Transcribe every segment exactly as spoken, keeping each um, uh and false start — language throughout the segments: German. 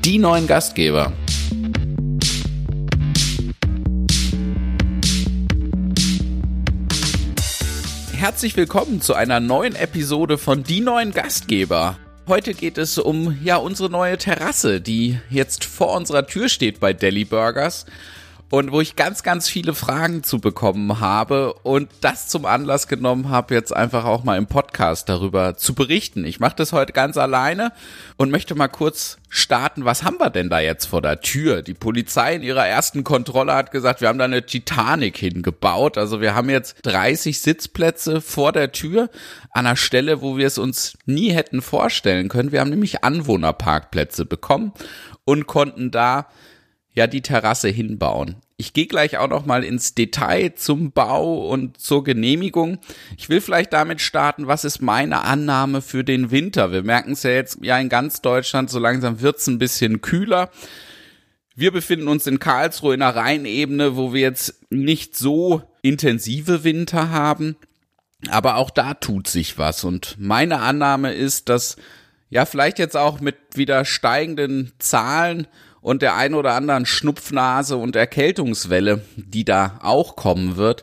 die neuen Gastgeber. Herzlich willkommen zu einer neuen Episode von Die neuen Gastgeber. Heute geht es um ja unsere neue Terrasse, die jetzt vor unserer Tür steht bei Deli Burgers und wo ich ganz, ganz viele Fragen zu bekommen habe und das zum Anlass genommen habe, jetzt einfach auch mal im Podcast darüber zu berichten. Ich mache das heute ganz alleine und möchte mal kurz starten. Was haben wir denn da jetzt vor der Tür? Die Polizei in ihrer ersten Kontrolle hat gesagt, wir haben da eine Titanic hingebaut. Also wir haben jetzt dreißig Sitzplätze vor der Tür an einer Stelle, wo wir es uns nie hätten vorstellen können. Wir haben nämlich Anwohnerparkplätze bekommen und konnten da ja die Terrasse hinbauen. Ich gehe gleich auch noch mal ins Detail zum Bau und zur Genehmigung. Ich will vielleicht damit starten, was ist meine Annahme für den Winter? Wir merken es ja jetzt ja in ganz Deutschland, so langsam wird es ein bisschen kühler. Wir befinden uns in Karlsruhe in der Rheinebene, wo wir jetzt nicht so intensive Winter haben, aber auch da tut sich was. Und meine Annahme ist, dass ja vielleicht jetzt auch mit wieder steigenden Zahlen und der ein oder anderen Schnupfnase und Erkältungswelle, die da auch kommen wird,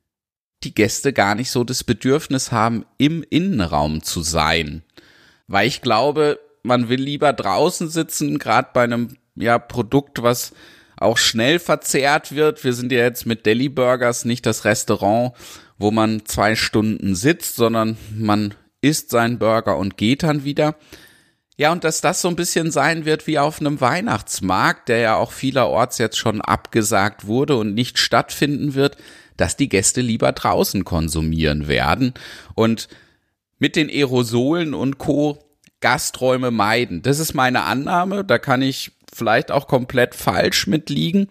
die Gäste gar nicht so das Bedürfnis haben, im Innenraum zu sein. Weil ich glaube, man will lieber draußen sitzen, gerade bei einem ja, Produkt, was auch schnell verzehrt wird. Wir sind ja jetzt mit Deli Burgers nicht das Restaurant, wo man zwei Stunden sitzt, sondern man isst seinen Burger und geht dann wieder. Ja, und dass das so ein bisschen sein wird wie auf einem Weihnachtsmarkt, der ja auch vielerorts jetzt schon abgesagt wurde und nicht stattfinden wird, dass die Gäste lieber draußen konsumieren werden und mit den Aerosolen und Co. Gasträume meiden. Das ist meine Annahme, da kann ich vielleicht auch komplett falsch mit liegen,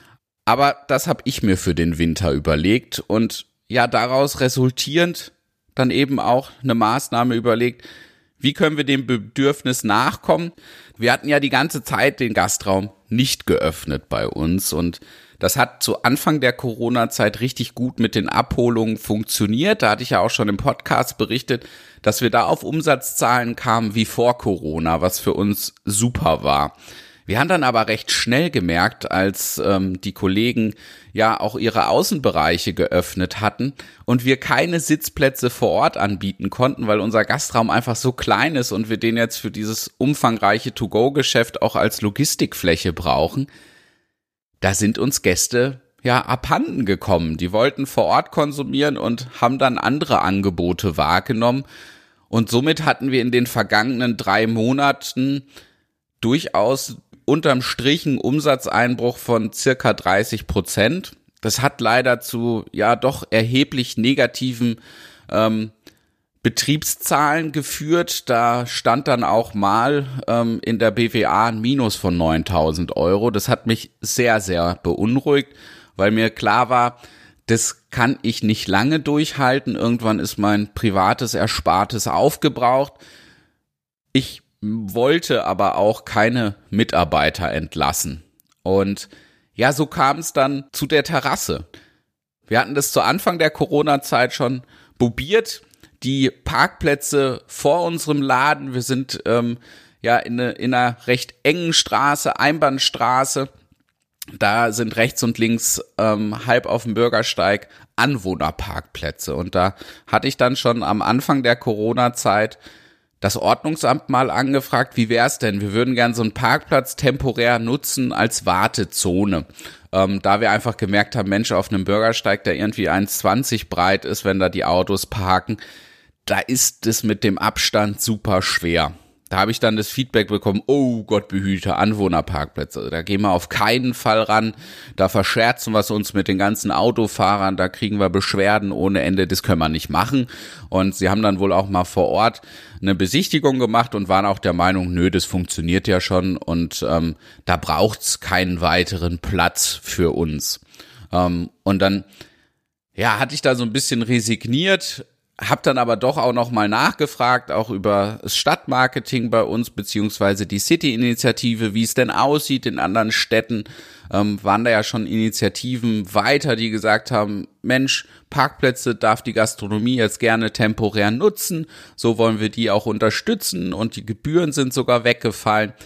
aber das habe ich mir für den Winter überlegt und ja, daraus resultierend dann eben auch eine Maßnahme überlegt, wie können wir dem Bedürfnis nachkommen? Wir hatten ja die ganze Zeit den Gastraum nicht geöffnet bei uns und das hat zu Anfang der Corona-Zeit richtig gut mit den Abholungen funktioniert. Da hatte ich ja auch schon im Podcast berichtet, dass wir da auf Umsatzzahlen kamen wie vor Corona, was für uns super war. Wir haben dann aber recht schnell gemerkt, als ähm, die Kollegen ja auch ihre Außenbereiche geöffnet hatten und wir keine Sitzplätze vor Ort anbieten konnten, weil unser Gastraum einfach so klein ist und wir den jetzt für dieses umfangreiche To-Go-Geschäft auch als Logistikfläche brauchen. Da sind uns Gäste ja abhanden gekommen. Die wollten vor Ort konsumieren und haben dann andere Angebote wahrgenommen. Und somit hatten wir in den vergangenen drei Monaten durchaus unterm Strich einen Umsatzeinbruch von circa dreißig Prozent. Das hat leider zu ja doch erheblich negativen ähm, Betriebszahlen geführt. Da stand dann auch mal ähm, in der B W A ein Minus von neuntausend Euro. Das hat mich sehr, sehr beunruhigt, weil mir klar war, das kann ich nicht lange durchhalten. Irgendwann ist mein privates Erspartes aufgebraucht. Ich wollte aber auch keine Mitarbeiter entlassen. Und ja, so kam es dann zu der Terrasse. Wir hatten das zu Anfang der Corona-Zeit schon probiert. Die Parkplätze vor unserem Laden, wir sind ähm, ja in, eine, in einer recht engen Straße, Einbahnstraße. Da sind rechts und links ähm, halb auf dem Bürgersteig Anwohnerparkplätze. Und da hatte ich dann schon am Anfang der Corona-Zeit das Ordnungsamt mal angefragt, wie wäre es denn? Wir würden gern so einen Parkplatz temporär nutzen als Wartezone. Ähm, da wir einfach gemerkt haben, Mensch, auf einem Bürgersteig, der irgendwie eins zwanzig breit ist, wenn da die Autos parken, da ist es mit dem Abstand super schwer. Da habe ich dann das Feedback bekommen, oh Gott behüte, Anwohnerparkplätze, da gehen wir auf keinen Fall ran, da verscherzen wir es uns mit den ganzen Autofahrern, da kriegen wir Beschwerden ohne Ende, das können wir nicht machen. Und sie haben dann wohl auch mal vor Ort eine Besichtigung gemacht und waren auch der Meinung, nö, das funktioniert ja schon und ähm, da braucht's keinen weiteren Platz für uns. Ähm, und dann ja, hatte ich da so ein bisschen resigniert, hab dann aber doch auch noch mal nachgefragt, auch über das Stadtmarketing bei uns, beziehungsweise die City-Initiative, wie es denn aussieht in anderen Städten. Ähm, waren da ja schon Initiativen weiter, die gesagt haben, Mensch, Parkplätze darf die Gastronomie jetzt gerne temporär nutzen, so wollen wir die auch unterstützen und die Gebühren sind sogar weggefallen.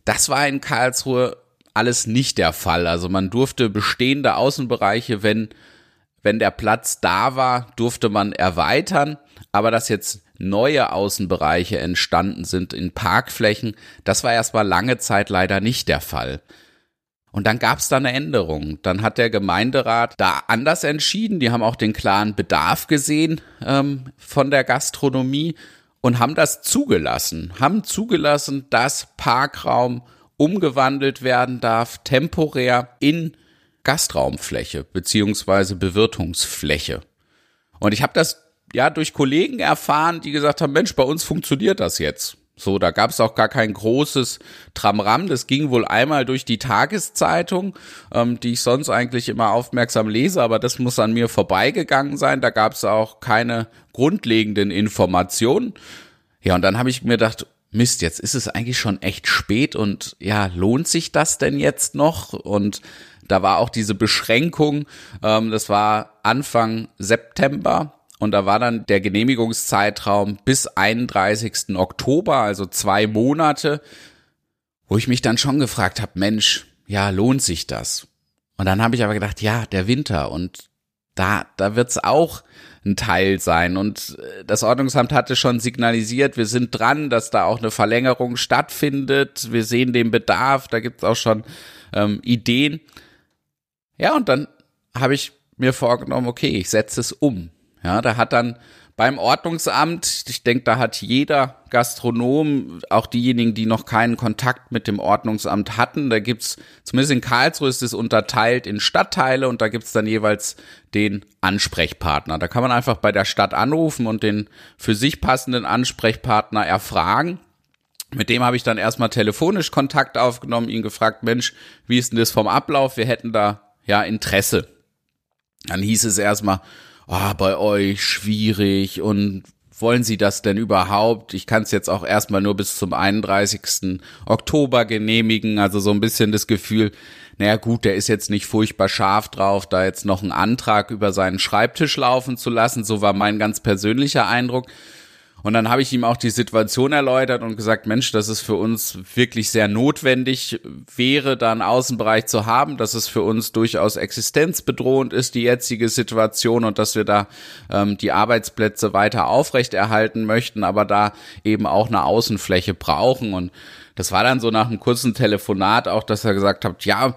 Das war in Karlsruhe alles nicht der Fall. Also man durfte bestehende Außenbereiche, wenn, wenn der Platz da war, durfte man erweitern. Aber dass jetzt neue Außenbereiche entstanden sind in Parkflächen, das war erstmal lange Zeit leider nicht der Fall. Und dann gab es da eine Änderung. Dann hat der Gemeinderat da anders entschieden. Die haben auch den klaren Bedarf gesehen ähm, von der Gastronomie und haben das zugelassen. Haben zugelassen, dass Parkraum umgewandelt werden darf, temporär in Gastraumfläche beziehungsweise Bewirtungsfläche. Und ich habe das ja durch Kollegen erfahren, die gesagt haben, Mensch, bei uns funktioniert das jetzt. So, da gab es auch gar kein großes Tramram. Das ging wohl einmal durch die Tageszeitung, ähm, die ich sonst eigentlich immer aufmerksam lese, aber das muss an mir vorbeigegangen sein. Da gab es auch keine grundlegenden Informationen. Ja, und dann habe ich mir gedacht, Mist, jetzt ist es eigentlich schon echt spät und ja, lohnt sich das denn jetzt noch? Und da war auch diese Beschränkung, ähm, das war Anfang September. Und da war dann der Genehmigungszeitraum bis einunddreißigsten Oktober, also zwei Monate, wo ich mich dann schon gefragt habe, Mensch, ja, lohnt sich das? Und dann habe ich aber gedacht, ja, der Winter und da, da wird's auch ein Teil sein. Und das Ordnungsamt hatte schon signalisiert, wir sind dran, dass da auch eine Verlängerung stattfindet. Wir sehen den Bedarf, da gibt's auch schon ähm, Ideen. Ja, und dann habe ich mir vorgenommen, okay, ich setze es um. Ja, da hat dann beim Ordnungsamt, ich denke, da hat jeder Gastronom, auch diejenigen, die noch keinen Kontakt mit dem Ordnungsamt hatten, da gibt's, zumindest in Karlsruhe ist es unterteilt in Stadtteile und da gibt's dann jeweils den Ansprechpartner. Da kann man einfach bei der Stadt anrufen und den für sich passenden Ansprechpartner erfragen. Mit dem habe ich dann erstmal telefonisch Kontakt aufgenommen, ihn gefragt, Mensch, wie ist denn das vom Ablauf? Wir hätten da ja Interesse. Dann hieß es erstmal, oh, bei euch schwierig und wollen Sie das denn überhaupt? Ich kann es jetzt auch erstmal nur bis zum einunddreißigsten Oktober genehmigen, also so ein bisschen das Gefühl, naja gut, der ist jetzt nicht furchtbar scharf drauf, da jetzt noch einen Antrag über seinen Schreibtisch laufen zu lassen, so war mein ganz persönlicher Eindruck. Und dann habe ich ihm auch die Situation erläutert und gesagt, Mensch, dass es für uns wirklich sehr notwendig wäre, da einen Außenbereich zu haben, dass es für uns durchaus existenzbedrohend ist, die jetzige Situation und dass wir da ähm, die Arbeitsplätze weiter aufrechterhalten möchten, aber da eben auch eine Außenfläche brauchen. Und das war dann so nach einem kurzen Telefonat auch, dass er gesagt hat, ja,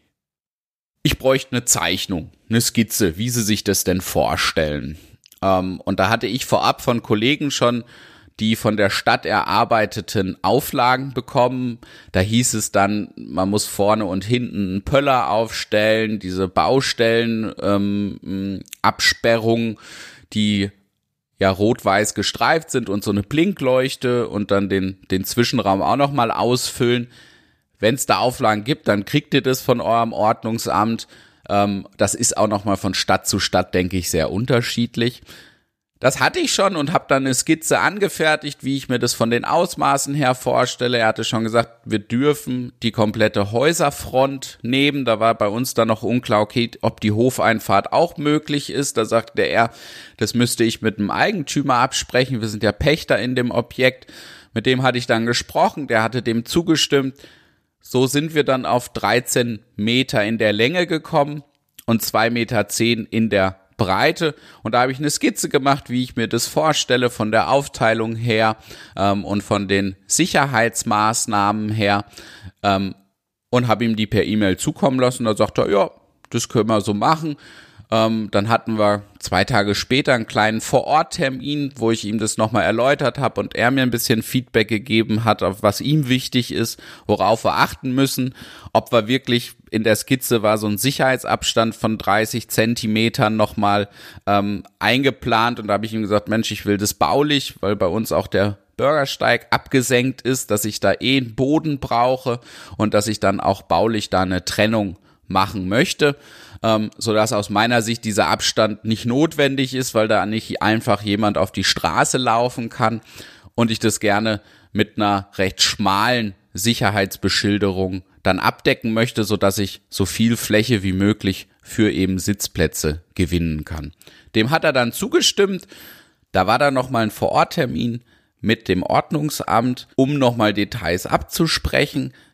ich bräuchte eine Zeichnung, eine Skizze, wie Sie sich das denn vorstellen. Um, und da hatte ich vorab von Kollegen schon die von der Stadt erarbeiteten Auflagen bekommen. Da hieß es dann, man muss vorne und hinten einen Pöller aufstellen, diese Baustellen, ähm, Absperrungen, die ja rot-weiß gestreift sind und so eine Blinkleuchte und dann den, den Zwischenraum auch nochmal ausfüllen. Wenn es da Auflagen gibt, dann kriegt ihr das von eurem Ordnungsamt. Das ist auch nochmal von Stadt zu Stadt, denke ich, sehr unterschiedlich. Das hatte ich schon und habe dann eine Skizze angefertigt, wie ich mir das von den Ausmaßen her vorstelle. Er hatte schon gesagt, wir dürfen die komplette Häuserfront nehmen. Da war bei uns dann noch unklar, okay, ob die Hofeinfahrt auch möglich ist. Da sagte er, das müsste ich mit dem Eigentümer absprechen. Wir sind ja Pächter in dem Objekt. Mit dem hatte ich dann gesprochen, der hatte dem zugestimmt. So sind wir dann auf dreizehn Meter in der Länge gekommen und zwei Meter zehn in der Breite. Und da habe ich eine Skizze gemacht, wie ich mir das vorstelle von der Aufteilung her ähm, und von den Sicherheitsmaßnahmen her ähm, und habe ihm die per E-Mail zukommen lassen. Da sagt er, ja, das können wir so machen. Ähm, dann hatten wir zwei Tage später einen kleinen Vor-Ort-Termin, wo ich ihm das nochmal erläutert habe und er mir ein bisschen Feedback gegeben hat, auf was ihm wichtig ist, worauf wir achten müssen, ob wir wirklich, in der Skizze war so ein Sicherheitsabstand von dreißig Zentimetern nochmal ähm, eingeplant und da habe ich ihm gesagt, Mensch, ich will das baulich, weil bei uns auch der Bürgersteig abgesenkt ist, dass ich da eh einen Boden brauche und dass ich dann auch baulich da eine Trennung machen möchte, ähm, sodass aus meiner Sicht dieser Abstand nicht notwendig ist, weil da nicht einfach jemand auf die Straße laufen kann und ich das gerne mit einer recht schmalen Sicherheitsbeschilderung dann abdecken möchte, sodass ich so viel Fläche wie möglich für eben Sitzplätze gewinnen kann. Dem hat er dann zugestimmt. Da war dann nochmal ein Vororttermin mit dem Ordnungsamt, um nochmal Details abzusprechen.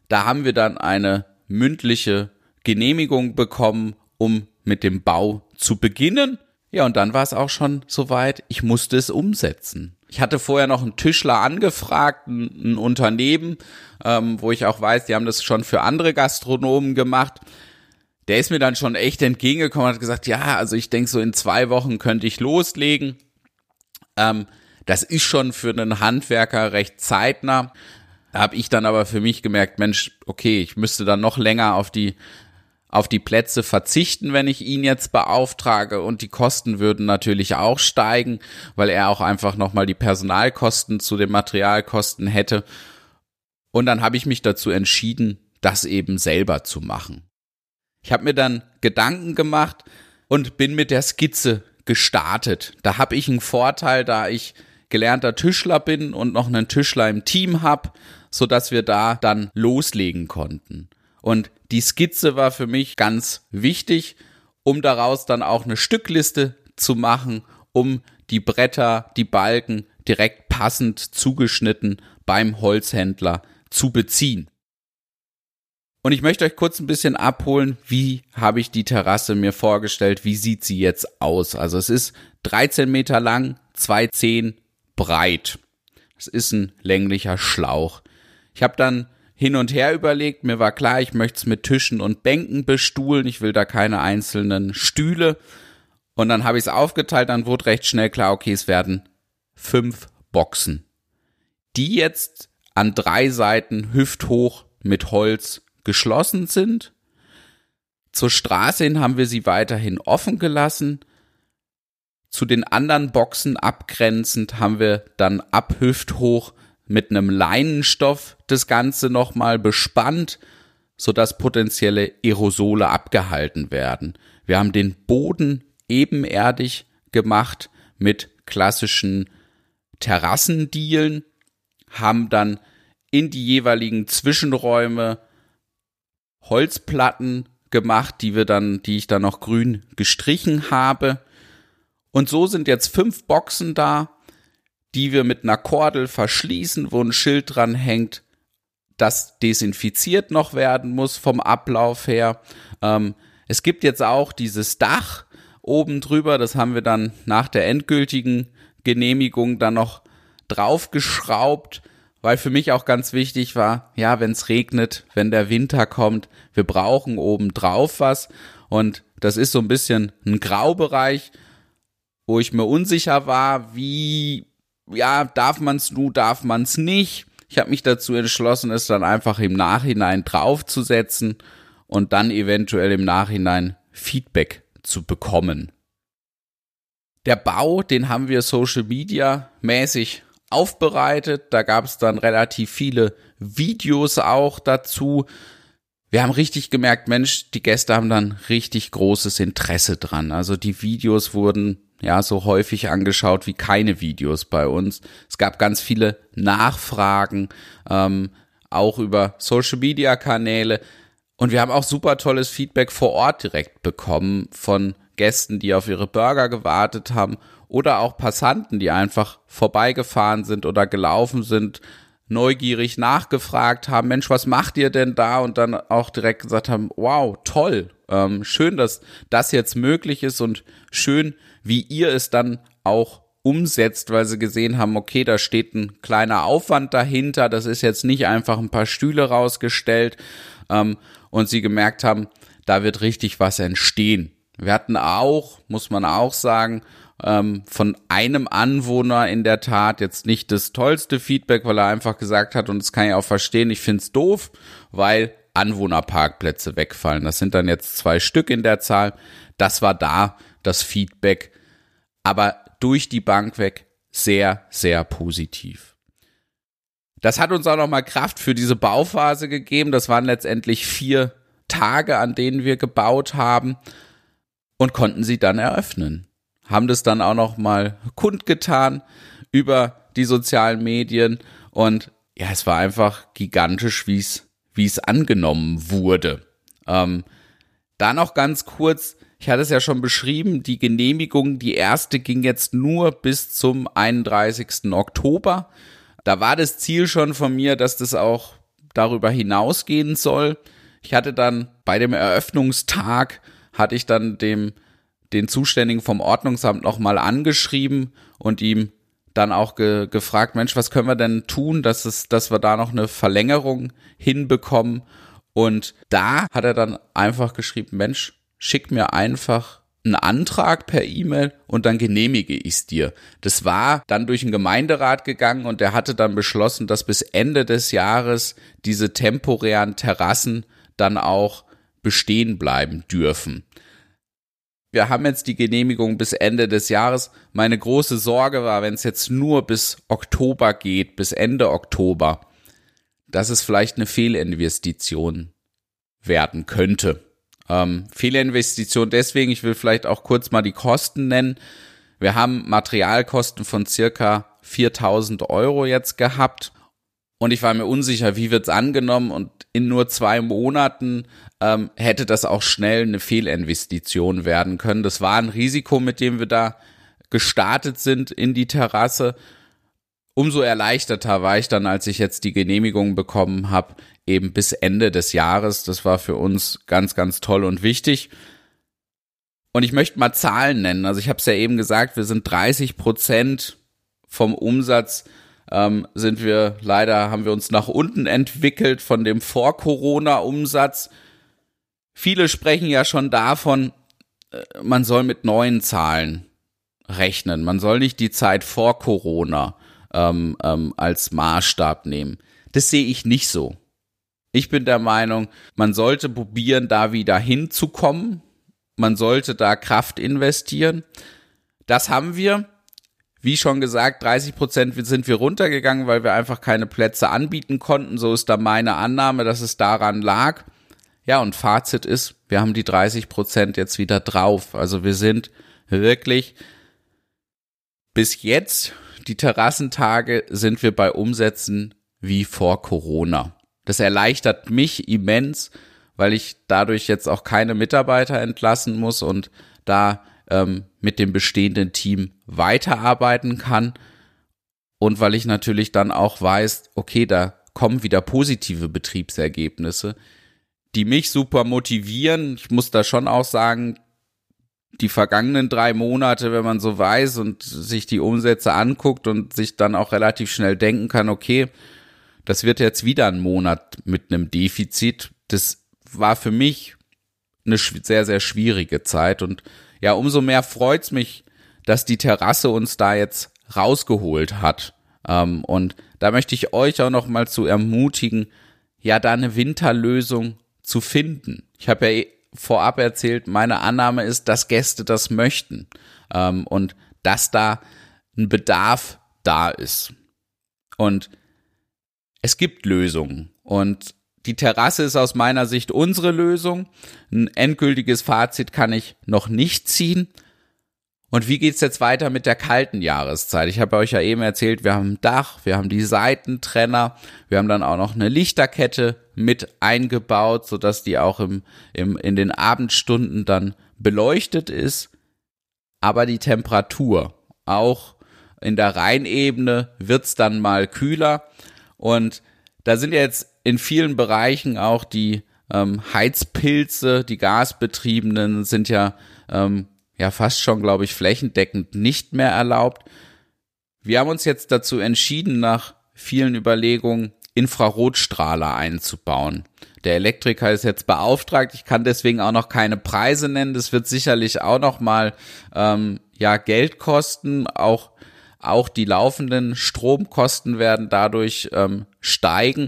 da haben wir dann eine mündliche Genehmigung bekommen, um mit dem Bau zu beginnen. Ja, und dann war es auch schon soweit, ich musste es umsetzen. Ich hatte vorher noch einen Tischler angefragt, ein, ein Unternehmen, ähm, wo ich auch weiß, die haben das schon für andere Gastronomen gemacht. Der ist mir dann schon echt entgegengekommen und hat gesagt, ja, also ich denke, so in zwei Wochen könnte ich loslegen. Ähm, das ist schon für einen Handwerker recht zeitnah. Da habe ich dann aber für mich gemerkt, Mensch, okay, ich müsste dann noch länger auf die auf die Plätze verzichten, wenn ich ihn jetzt beauftrage, und die Kosten würden natürlich auch steigen, weil er auch einfach nochmal die Personalkosten zu den Materialkosten hätte. Und dann habe ich mich dazu entschieden, das eben selber zu machen. Ich habe mir dann Gedanken gemacht und bin mit der Skizze gestartet. Da habe ich einen Vorteil, da ich gelernter Tischler bin und noch einen Tischler im Team habe, sodass wir da dann loslegen konnten. Und die Skizze war für mich ganz wichtig, um daraus dann auch eine Stückliste zu machen, um die Bretter, die Balken direkt passend zugeschnitten beim Holzhändler zu beziehen. Und ich möchte euch kurz ein bisschen abholen, wie habe ich die Terrasse mir vorgestellt, wie sieht sie jetzt aus. Also es ist dreizehn Meter lang, zwei Komma zehn breit. Es ist ein länglicher Schlauch. Ich habe dann hin und her überlegt, mir war klar, ich möchte es mit Tischen und Bänken bestuhlen, ich will da keine einzelnen Stühle. Und dann habe ich es aufgeteilt, dann wurde recht schnell klar, okay, es werden fünf Boxen, die jetzt an drei Seiten hüfthoch mit Holz geschlossen sind. Zur Straße hin haben wir sie weiterhin offen gelassen. Zu den anderen Boxen abgrenzend haben wir dann ab hüfthoch mit einem Leinenstoff das Ganze nochmal bespannt, sodass potenzielle Aerosole abgehalten werden. Wir haben den Boden ebenerdig gemacht mit klassischen Terrassendielen, haben dann in die jeweiligen Zwischenräume Holzplatten gemacht, die wir dann, die ich dann noch grün gestrichen habe. Und so sind jetzt fünf Boxen da, die wir mit einer Kordel verschließen, wo ein Schild dran hängt, das desinfiziert noch werden muss vom Ablauf her. Ähm, es gibt jetzt auch dieses Dach oben drüber, das haben wir dann nach der endgültigen Genehmigung dann noch draufgeschraubt, weil für mich auch ganz wichtig war, ja, wenn es regnet, wenn der Winter kommt, wir brauchen oben drauf was, und das ist so ein bisschen ein Graubereich, wo ich mir unsicher war, wie, ja, darf man es nun, darf man es nicht. Ich habe mich dazu entschlossen, es dann einfach im Nachhinein draufzusetzen und dann eventuell im Nachhinein Feedback zu bekommen. Der Bau, den haben wir Social Media mäßig aufbereitet. Da gab es dann relativ viele Videos auch dazu. Wir haben richtig gemerkt, Mensch, die Gäste haben dann richtig großes Interesse dran. Also die Videos wurden ja so häufig angeschaut wie keine Videos bei uns. Es gab ganz viele Nachfragen, ähm, auch über Social-Media-Kanäle. Und wir haben auch super tolles Feedback vor Ort direkt bekommen von Gästen, die auf ihre Burger gewartet haben, oder auch Passanten, die einfach vorbeigefahren sind oder gelaufen sind, neugierig nachgefragt haben, Mensch, was macht ihr denn da? Und dann auch direkt gesagt haben, wow, toll, ähm, schön, dass das jetzt möglich ist, und schön, wie ihr es dann auch umsetzt, weil sie gesehen haben, okay, da steht ein kleiner Aufwand dahinter, das ist jetzt nicht einfach ein paar Stühle rausgestellt, ähm, und sie gemerkt haben, da wird richtig was entstehen. Wir hatten auch, muss man auch sagen, ähm, von einem Anwohner in der Tat jetzt nicht das tollste Feedback, weil er einfach gesagt hat, und das kann ich auch verstehen, ich find's doof, weil Anwohnerparkplätze wegfallen. Das sind dann jetzt zwei Stück in der Zahl. Das war da das Feedback, aber durch die Bank weg sehr, sehr positiv. Das hat uns auch nochmal Kraft für diese Bauphase gegeben. Das waren letztendlich vier Tage, an denen wir gebaut haben, und konnten sie dann eröffnen. Haben das dann auch nochmal kundgetan über die sozialen Medien, und ja, es war einfach gigantisch, wie es wie es angenommen wurde. Ähm, da noch ganz kurz, ich hatte es ja schon beschrieben, die Genehmigung, die erste ging jetzt nur bis zum einunddreißigsten Oktober. Da war das Ziel schon von mir, dass das auch darüber hinausgehen soll. Ich hatte dann bei dem Eröffnungstag, hatte ich dann dem den Zuständigen vom Ordnungsamt nochmal angeschrieben und ihm dann auch ge- gefragt, Mensch, was können wir denn tun, dass es, dass wir da noch eine Verlängerung hinbekommen? Und da hat er dann einfach geschrieben, Mensch, schick mir einfach einen Antrag per E-Mail und dann genehmige ich es dir. Das war dann durch den Gemeinderat gegangen und der hatte dann beschlossen, dass bis Ende des Jahres diese temporären Terrassen dann auch bestehen bleiben dürfen. Wir haben jetzt die Genehmigung bis Ende des Jahres. Meine große Sorge war, wenn es jetzt nur bis Oktober geht, bis Ende Oktober, dass es vielleicht eine Fehlinvestition werden könnte. Ähm, Fehlinvestition deswegen, ich will vielleicht auch kurz mal die Kosten nennen. Wir haben Materialkosten von circa viertausend Euro jetzt gehabt und ich war mir unsicher, wie wird's angenommen, und in nur zwei Monaten ähm, hätte das auch schnell eine Fehlinvestition werden können. Das war ein Risiko, mit dem wir da gestartet sind in die Terrasse. Umso erleichterter war ich dann, als ich jetzt die Genehmigung bekommen habe, eben bis Ende des Jahres. Das war für uns ganz, ganz toll und wichtig. Und ich möchte mal Zahlen nennen. Also ich habe es ja eben gesagt, wir sind dreißig Prozent vom Umsatz ähm, sind wir, leider haben wir uns nach unten entwickelt von dem Vor-Corona-Umsatz. Viele sprechen ja schon davon, man soll mit neuen Zahlen rechnen. Man soll nicht die Zeit vor Corona ähm, ähm, als Maßstab nehmen. Das sehe ich nicht so. Ich bin der Meinung, man sollte probieren, da wieder hinzukommen. Man sollte da Kraft investieren. Das haben wir. Wie schon gesagt, dreißig Prozent sind wir runtergegangen, weil wir einfach keine Plätze anbieten konnten. So ist da meine Annahme, dass es daran lag. Ja, und Fazit ist, wir haben die dreißig Prozent jetzt wieder drauf. Also wir sind wirklich bis jetzt, die Terrassentage, sind wir bei Umsätzen wie vor Corona. Das erleichtert mich immens, weil ich dadurch jetzt auch keine Mitarbeiter entlassen muss und da ähm, mit dem bestehenden Team weiterarbeiten kann und weil ich natürlich dann auch weiß, okay, da kommen wieder positive Betriebsergebnisse, die mich super motivieren. Ich muss da schon auch sagen, die vergangenen drei Monate, wenn man so weiß und sich die Umsätze anguckt und sich dann auch relativ schnell denken kann, okay, das wird jetzt wieder ein Monat mit einem Defizit. Das war für mich eine sehr, sehr schwierige Zeit. Und ja, umso mehr freut's mich, dass die Terrasse uns da jetzt rausgeholt hat. Und da möchte ich euch auch noch mal zu ermutigen, ja, da eine Winterlösung zu finden. Ich habe ja vorab erzählt, meine Annahme ist, dass Gäste das möchten und dass da ein Bedarf da ist. Und es gibt Lösungen und die Terrasse ist aus meiner Sicht unsere Lösung. Ein endgültiges Fazit kann ich noch nicht ziehen. Und wie geht's jetzt weiter mit der kalten Jahreszeit? Ich habe euch ja eben erzählt, wir haben ein Dach, wir haben die Seitentrenner, wir haben dann auch noch eine Lichterkette mit eingebaut, sodass die auch im, im, in den Abendstunden dann beleuchtet ist. Aber die Temperatur, auch in der Rheinebene, wird's dann mal kühler. Und da sind ja jetzt in vielen Bereichen auch die ähm, Heizpilze, die gasbetriebenen, sind ja ähm, ja fast schon, glaube ich, flächendeckend nicht mehr erlaubt. Wir haben uns jetzt dazu entschieden, nach vielen Überlegungen Infrarotstrahler einzubauen. Der Elektriker ist jetzt beauftragt. Ich kann deswegen auch noch keine Preise nennen. Das wird sicherlich auch noch mal ähm, ja Geld kosten. Auch auch die laufenden Stromkosten werden dadurch ähm, steigen.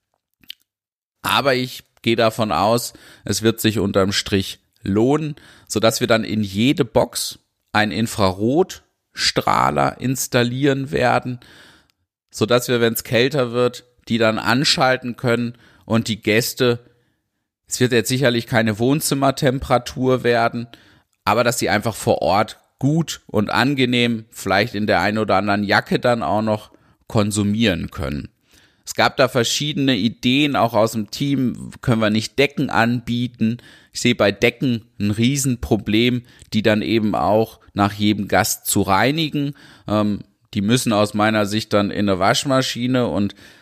Aber ich gehe davon aus, es wird sich unterm Strich lohnen, sodass wir dann in jede Box einen Infrarotstrahler installieren werden, sodass wir, wenn es kälter wird, die dann anschalten können und die Gäste, es wird jetzt sicherlich keine Wohnzimmertemperatur werden, aber dass sie einfach vor Ort gut und angenehm, vielleicht in der einen oder anderen Jacke dann auch noch konsumieren können. Es gab da verschiedene Ideen, auch aus dem Team, können wir nicht Decken anbieten. Ich sehe bei Decken ein Riesenproblem, die dann eben auch nach jedem Gast zu reinigen. Ähm, die müssen aus meiner Sicht dann in eine Waschmaschine und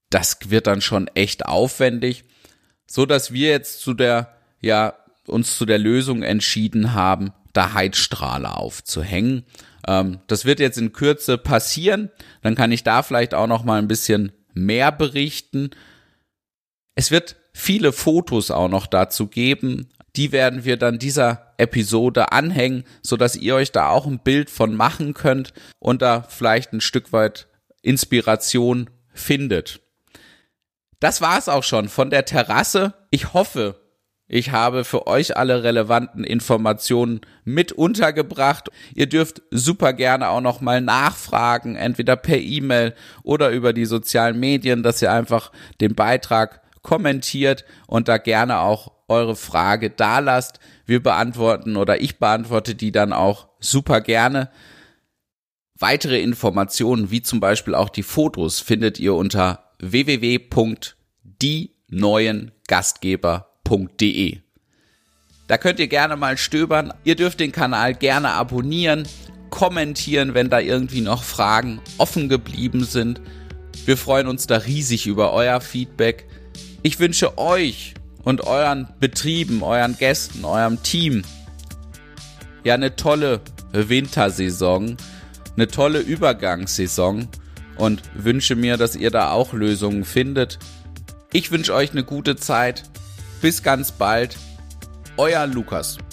das wird dann schon echt aufwendig, so dass wir jetzt zu der, ja, uns zu der Lösung entschieden haben, da Heizstrahler aufzuhängen. Ähm, das wird jetzt in Kürze passieren, dann kann ich da vielleicht auch noch mal ein bisschen mehr berichten. Es wird viele Fotos auch noch dazu geben, die werden wir dann dieser Episode anhängen, sodass ihr euch da auch ein Bild von machen könnt und da vielleicht ein Stück weit Inspiration findet. Das war's auch schon von der Terrasse. Ich hoffe, ich habe für euch alle relevanten Informationen mit untergebracht. Ihr dürft super gerne auch noch mal nachfragen, entweder per E-Mail oder über die sozialen Medien, dass ihr einfach den Beitrag kommentiert und da gerne auch eure Frage da lasst. Wir beantworten oder ich beantworte die dann auch super gerne. Weitere Informationen, wie zum Beispiel auch die Fotos, findet ihr unter w w w punkt die neuen gastgeber punkt d e. Da könnt ihr gerne mal stöbern. Ihr dürft den Kanal gerne abonnieren, kommentieren, wenn da irgendwie noch Fragen offen geblieben sind. Wir freuen uns da riesig über euer Feedback. Ich wünsche euch und euren Betrieben, euren Gästen, eurem Team ja eine tolle Wintersaison, eine tolle Übergangssaison und wünsche mir, dass ihr da auch Lösungen findet. Ich wünsche euch eine gute Zeit. Bis ganz bald. Euer Lukas.